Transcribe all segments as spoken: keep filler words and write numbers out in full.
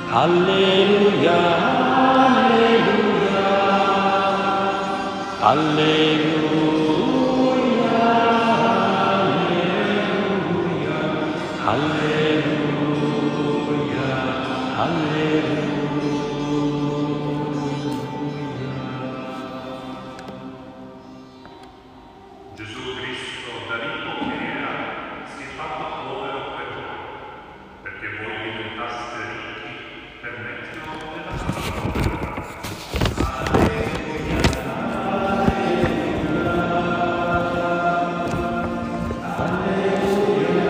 Alleluia, alleluia, alleluia, alleluia, alleluia, alleluia. Gesù Cristo da ricco che era si è fatto povero per voi, perché voi diventaste ricchi per mezzo della sua povertà. Alleluia, alleluia,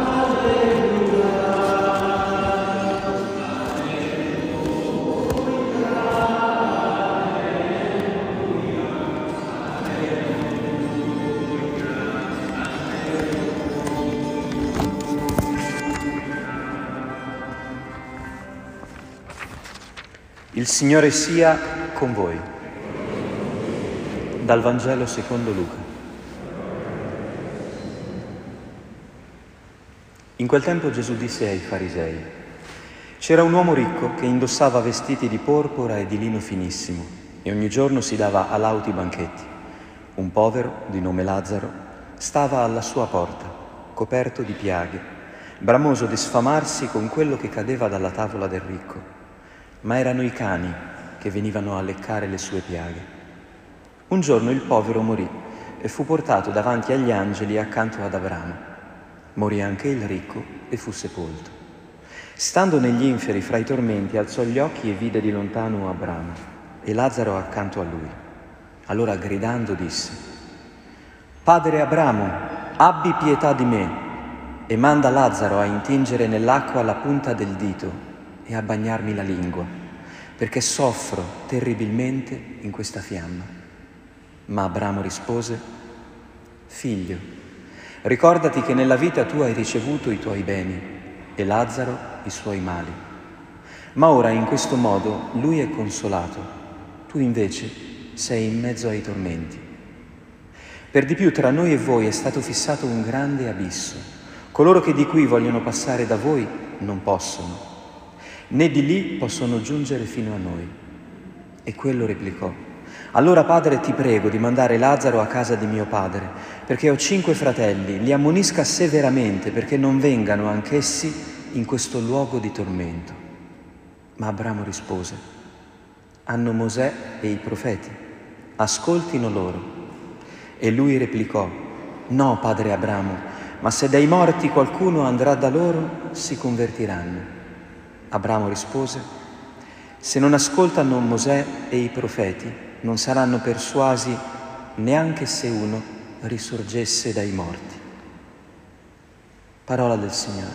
Il Signore sia con voi. Dal Vangelo secondo Luca. In quel tempo Gesù disse ai farisei: c'era un uomo ricco che indossava vestiti di porpora e di lino finissimo e ogni giorno si dava a lauti banchetti. Un povero, di nome Lazzaro, stava alla sua porta, coperto di piaghe, bramoso di sfamarsi con quello che cadeva dalla tavola del ricco. Ma erano i cani che venivano a leccare le sue piaghe. Un giorno il povero morì e fu portato davanti agli angeli accanto ad Abramo. Morì anche il ricco e fu sepolto. Stando negli inferi fra i tormenti, alzò gli occhi e vide di lontano Abramo e Lazzaro accanto a lui. Allora gridando disse: Padre Abramo, abbi pietà di me e manda Lazzaro a intingere nell'acqua la punta del dito e a bagnarmi la lingua, perché soffro terribilmente in questa fiamma. Ma Abramo rispose: Figlio, ricordati che nella vita tu hai ricevuto i tuoi beni e Lazzaro i suoi mali. Ma ora in questo modo lui è consolato, tu invece sei in mezzo ai tormenti. Per di più tra noi e voi è stato fissato un grande abisso. Coloro che di qui vogliono passare da voi non possono, né di lì possono giungere fino a noi. E quello replicò: allora padre, ti prego di mandare Lazzaro a casa di mio padre, perché ho cinque fratelli, li ammonisca severamente perché non vengano anch'essi in questo luogo di tormento. Ma Abramo rispose: hanno Mosè e i profeti, ascoltino loro. E lui replicò: no, padre Abramo, ma se dai morti qualcuno andrà da loro, si convertiranno. Abramo rispose: se non ascoltano Mosè e i profeti, non saranno persuasi neanche se uno risorgesse dai morti. Parola del Signore.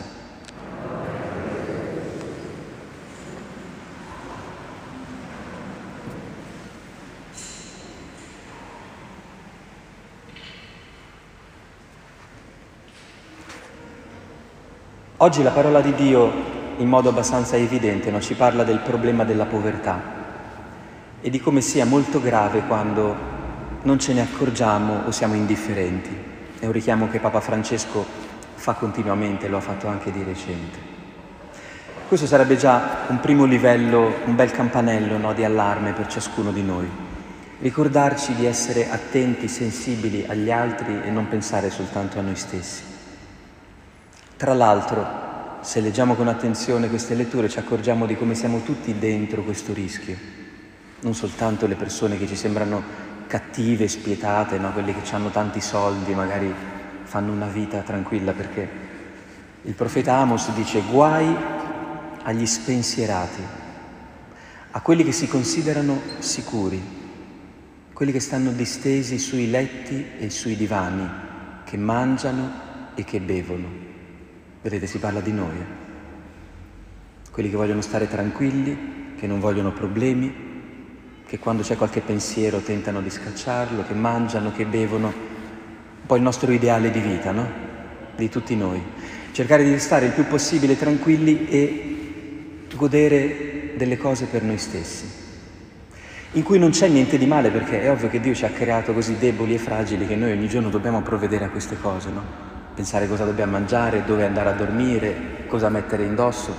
Oggi la parola di Dio in modo abbastanza evidente, no? Ci parla del problema della povertà e di come sia molto grave quando non ce ne accorgiamo o siamo indifferenti. È un richiamo che Papa Francesco fa continuamente, lo ha fatto anche di recente. Questo sarebbe già un primo livello, un bel campanello, no, di allarme per ciascuno di noi. Ricordarci di essere attenti, sensibili agli altri e non pensare soltanto a noi stessi. Tra l'altro, se leggiamo con attenzione queste letture ci accorgiamo di come siamo tutti dentro questo rischio, non soltanto le persone che ci sembrano cattive, spietate, no? Quelli che hanno tanti soldi, magari fanno una vita tranquilla, perché il profeta Amos dice: guai agli spensierati, a quelli che si considerano sicuri, quelli che stanno distesi sui letti e sui divani, che mangiano e che bevono. Vedete, si parla di noi, eh? Quelli che vogliono stare tranquilli, che non vogliono problemi, che quando c'è qualche pensiero tentano di scacciarlo, che mangiano, che bevono, un po' il nostro ideale di vita, no? Di tutti noi. Cercare di stare il più possibile tranquilli e godere delle cose per noi stessi, in cui non c'è niente di male, perché è ovvio che Dio ci ha creato così deboli e fragili che noi ogni giorno dobbiamo provvedere a queste cose, no? Pensare cosa dobbiamo mangiare, dove andare a dormire, cosa mettere indosso,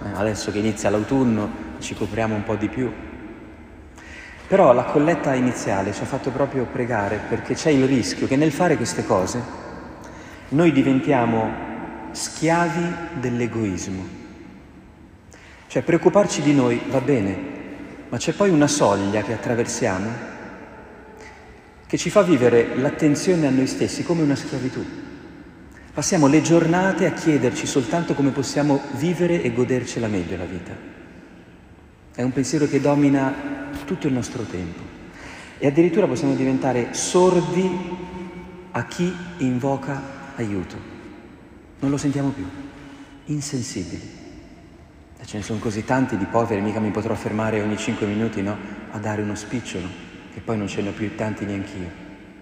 Eh, adesso che inizia l'autunno ci copriamo un po' di più. Però la colletta iniziale ci ha fatto proprio pregare, perché c'è il rischio che nel fare queste cose noi diventiamo schiavi dell'egoismo. Cioè preoccuparci di noi va bene, ma c'è poi una soglia che attraversiamo che ci fa vivere l'attenzione a noi stessi come una schiavitù. Passiamo le giornate a chiederci soltanto come possiamo vivere e godercela meglio la vita. È un pensiero che domina tutto il nostro tempo e addirittura possiamo diventare sordi a chi invoca aiuto. Non lo sentiamo più, insensibili. E ce ne sono così tanti di poveri, mica mi potrò fermare ogni cinque minuti, no? A dare uno spicciolo, che poi non ce ne ho più tanti neanch'io.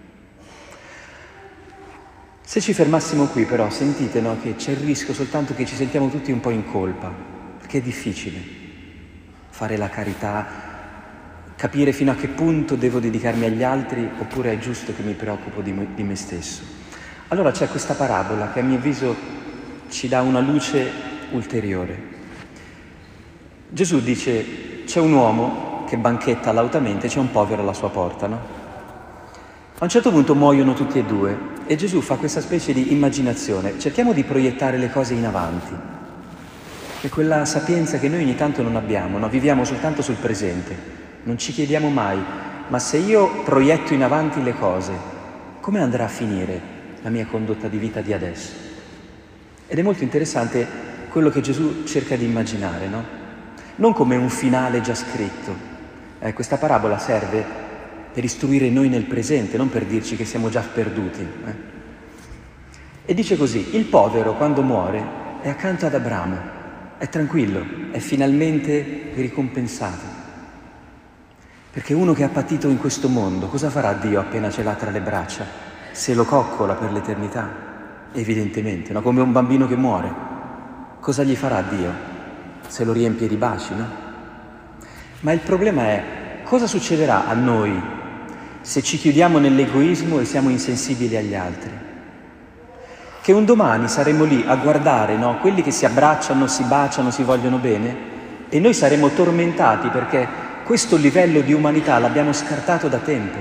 Se ci fermassimo qui però, sentite, no, che c'è il rischio soltanto che ci sentiamo tutti un po' in colpa, perché è difficile fare la carità, capire fino a che punto devo dedicarmi agli altri oppure è giusto che mi preoccupo di me, di me stesso. Allora c'è questa parabola che a mio avviso ci dà una luce ulteriore. Gesù dice, c'è un uomo che banchetta lautamente, c'è un povero alla sua porta, no? A un certo punto muoiono tutti e due e Gesù fa questa specie di immaginazione. Cerchiamo di proiettare le cose in avanti, che è quella sapienza che noi ogni tanto non abbiamo, no? Viviamo soltanto sul presente, non ci chiediamo mai, ma se io proietto in avanti le cose, come andrà a finire la mia condotta di vita di adesso? Ed è molto interessante quello che Gesù cerca di immaginare, no? Non come un finale già scritto. Eh, questa parabola serve per istruire noi nel presente, non per dirci che siamo già perduti. Eh? E dice così, il povero quando muore è accanto ad Abramo, è tranquillo, è finalmente ricompensato. Perché uno che ha patito in questo mondo, cosa farà Dio appena ce l'ha tra le braccia? Se lo coccola per l'eternità, evidentemente, no? Come un bambino che muore. Cosa gli farà Dio? Se lo riempie di baci, no? Ma il problema è, cosa succederà a noi se ci chiudiamo nell'egoismo e siamo insensibili agli altri? Che un domani saremo lì a guardare, no, quelli che si abbracciano, si baciano, si vogliono bene e noi saremo tormentati perché questo livello di umanità l'abbiamo scartato da tempo.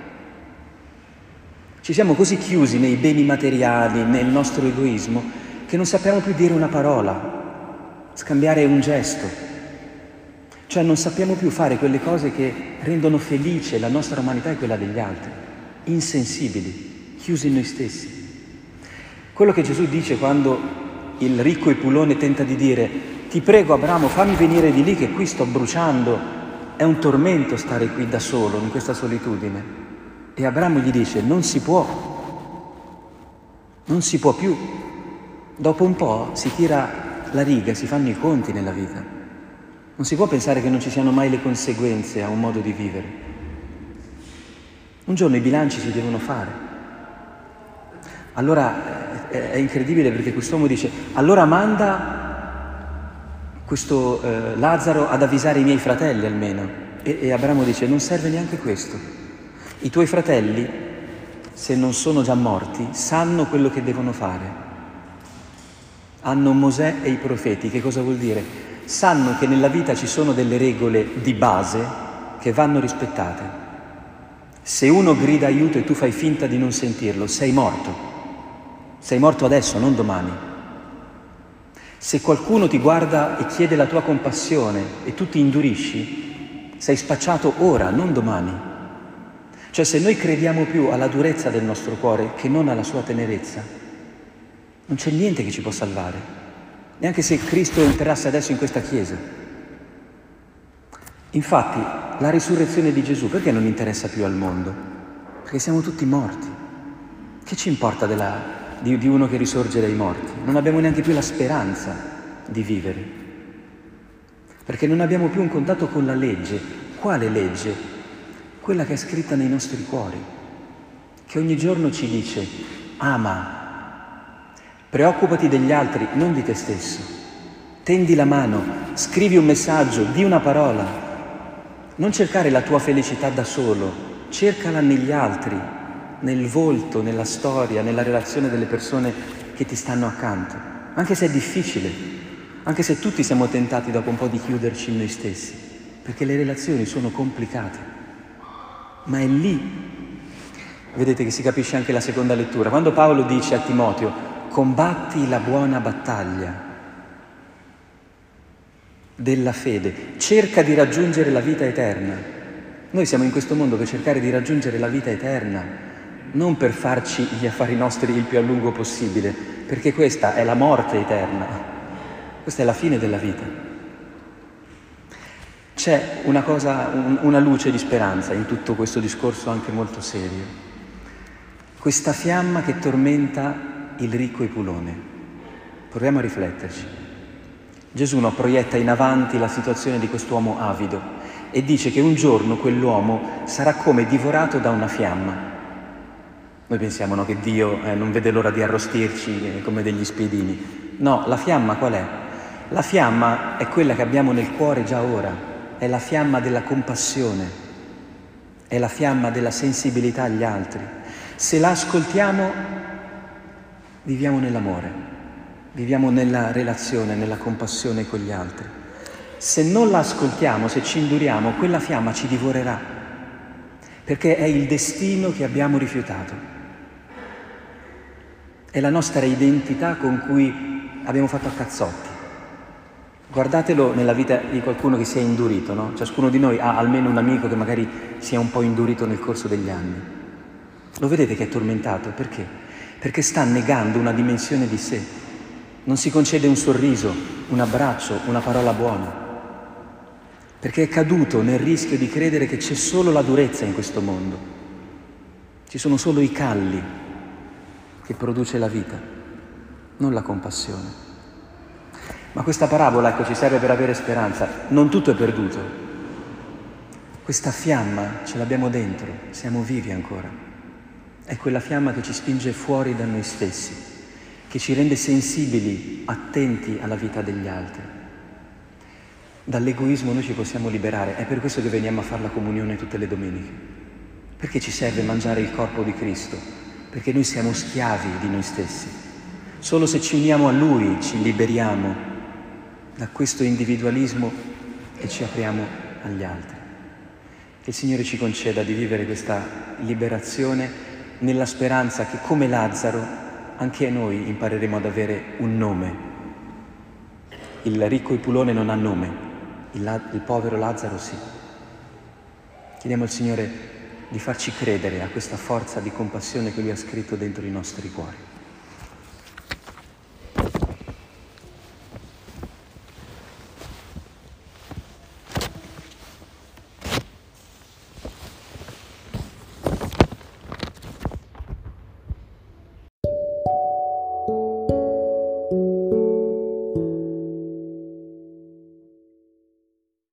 Ci siamo così chiusi nei beni materiali, nel nostro egoismo, che non sappiamo più dire una parola, scambiare un gesto. Cioè non sappiamo più fare quelle cose che rendono felice la nostra umanità e quella degli altri, insensibili, chiusi in noi stessi. Quello che Gesù dice quando il ricco Epulone tenta di dire ti prego Abramo fammi venire di lì che qui sto bruciando, è un tormento stare qui da solo, in questa solitudine. E Abramo gli dice non si può, non si può più. Dopo un po' si tira la riga, si fanno i conti nella vita. Non si può pensare che non ci siano mai le conseguenze a un modo di vivere. Un giorno i bilanci si devono fare. Allora è incredibile perché quest'uomo dice allora manda questo eh, Lazzaro ad avvisare i miei fratelli almeno. E, e Abramo dice non serve neanche questo. I tuoi fratelli, se non sono già morti, sanno quello che devono fare. Hanno Mosè e i profeti. Che cosa vuol dire? Sanno che nella vita ci sono delle regole di base che vanno rispettate. Se uno grida aiuto e tu fai finta di non sentirlo, sei morto. Sei morto adesso, non domani. Se qualcuno ti guarda e chiede la tua compassione e tu ti indurisci, sei spacciato ora, non domani. Cioè se noi crediamo più alla durezza del nostro cuore che non alla sua tenerezza, non c'è niente che ci può salvare. Neanche se Cristo entrasse adesso in questa chiesa. Infatti, la risurrezione di Gesù, perché non interessa più al mondo? Perché siamo tutti morti. Che ci importa della, di, di uno che risorge dai morti? Non abbiamo neanche più la speranza di vivere. Perché non abbiamo più un contatto con la legge. Quale legge? Quella che è scritta nei nostri cuori, che ogni giorno ci dice, ama. Preoccupati degli altri, non di te stesso. Tendi la mano, scrivi un messaggio, di una parola. Non cercare la tua felicità da solo, cercala negli altri, nel volto, nella storia, nella relazione delle persone che ti stanno accanto. Anche se è difficile, anche se tutti siamo tentati dopo un po' di chiuderci in noi stessi, perché le relazioni sono complicate. Ma è lì, vedete che si capisce anche la seconda lettura, quando Paolo dice a Timoteo: combatti la buona battaglia della fede, cerca di raggiungere la vita eterna. Noi siamo in questo mondo per cercare di raggiungere la vita eterna, non per farci gli affari nostri il più a lungo possibile, perché questa è la morte eterna, questa è la fine della vita. C'è una cosa, un, una luce di speranza in tutto questo discorso anche molto serio. Questa fiamma che tormenta il ricco Epulone. Proviamo a rifletterci. Gesù no, proietta in avanti la situazione di quest'uomo avido e dice che un giorno quell'uomo sarà come divorato da una fiamma. Noi pensiamo no, che Dio eh, non vede l'ora di arrostirci eh, come degli spiedini. No, la fiamma qual è? La fiamma è quella che abbiamo nel cuore già ora, è la fiamma della compassione, è la fiamma della sensibilità agli altri. Se la ascoltiamo, viviamo nell'amore, viviamo nella relazione, nella compassione con gli altri. Se non la ascoltiamo, se ci induriamo, quella fiamma ci divorerà, perché è il destino che abbiamo rifiutato. È la nostra identità con cui abbiamo fatto a cazzotti. Guardatelo nella vita di qualcuno che si è indurito, no? Ciascuno di noi ha almeno un amico che magari si è un po' indurito nel corso degli anni. Lo vedete che è tormentato? Perché? Perché sta negando una dimensione di sé. Non si concede un sorriso, un abbraccio, una parola buona. Perché è caduto nel rischio di credere che c'è solo la durezza in questo mondo. Ci sono solo i calli che produce la vita, non la compassione. Ma questa parabola, ecco, ci serve per avere speranza. Non tutto è perduto. Questa fiamma ce l'abbiamo dentro, siamo vivi ancora. È quella fiamma che ci spinge fuori da noi stessi, che ci rende sensibili, attenti alla vita degli altri. Dall'egoismo noi ci possiamo liberare. È per questo che veniamo a fare la comunione tutte le domeniche. Perché ci serve mangiare il corpo di Cristo? Perché noi siamo schiavi di noi stessi. Solo se ci uniamo a Lui ci liberiamo da questo individualismo e ci apriamo agli altri. Che il Signore ci conceda di vivere questa liberazione nella speranza che, come Lazzaro, anche noi impareremo ad avere un nome. Il ricco Epulone non ha nome, il, la- il povero Lazzaro sì. Chiediamo al Signore di farci credere a questa forza di compassione che Lui ha scritto dentro i nostri cuori.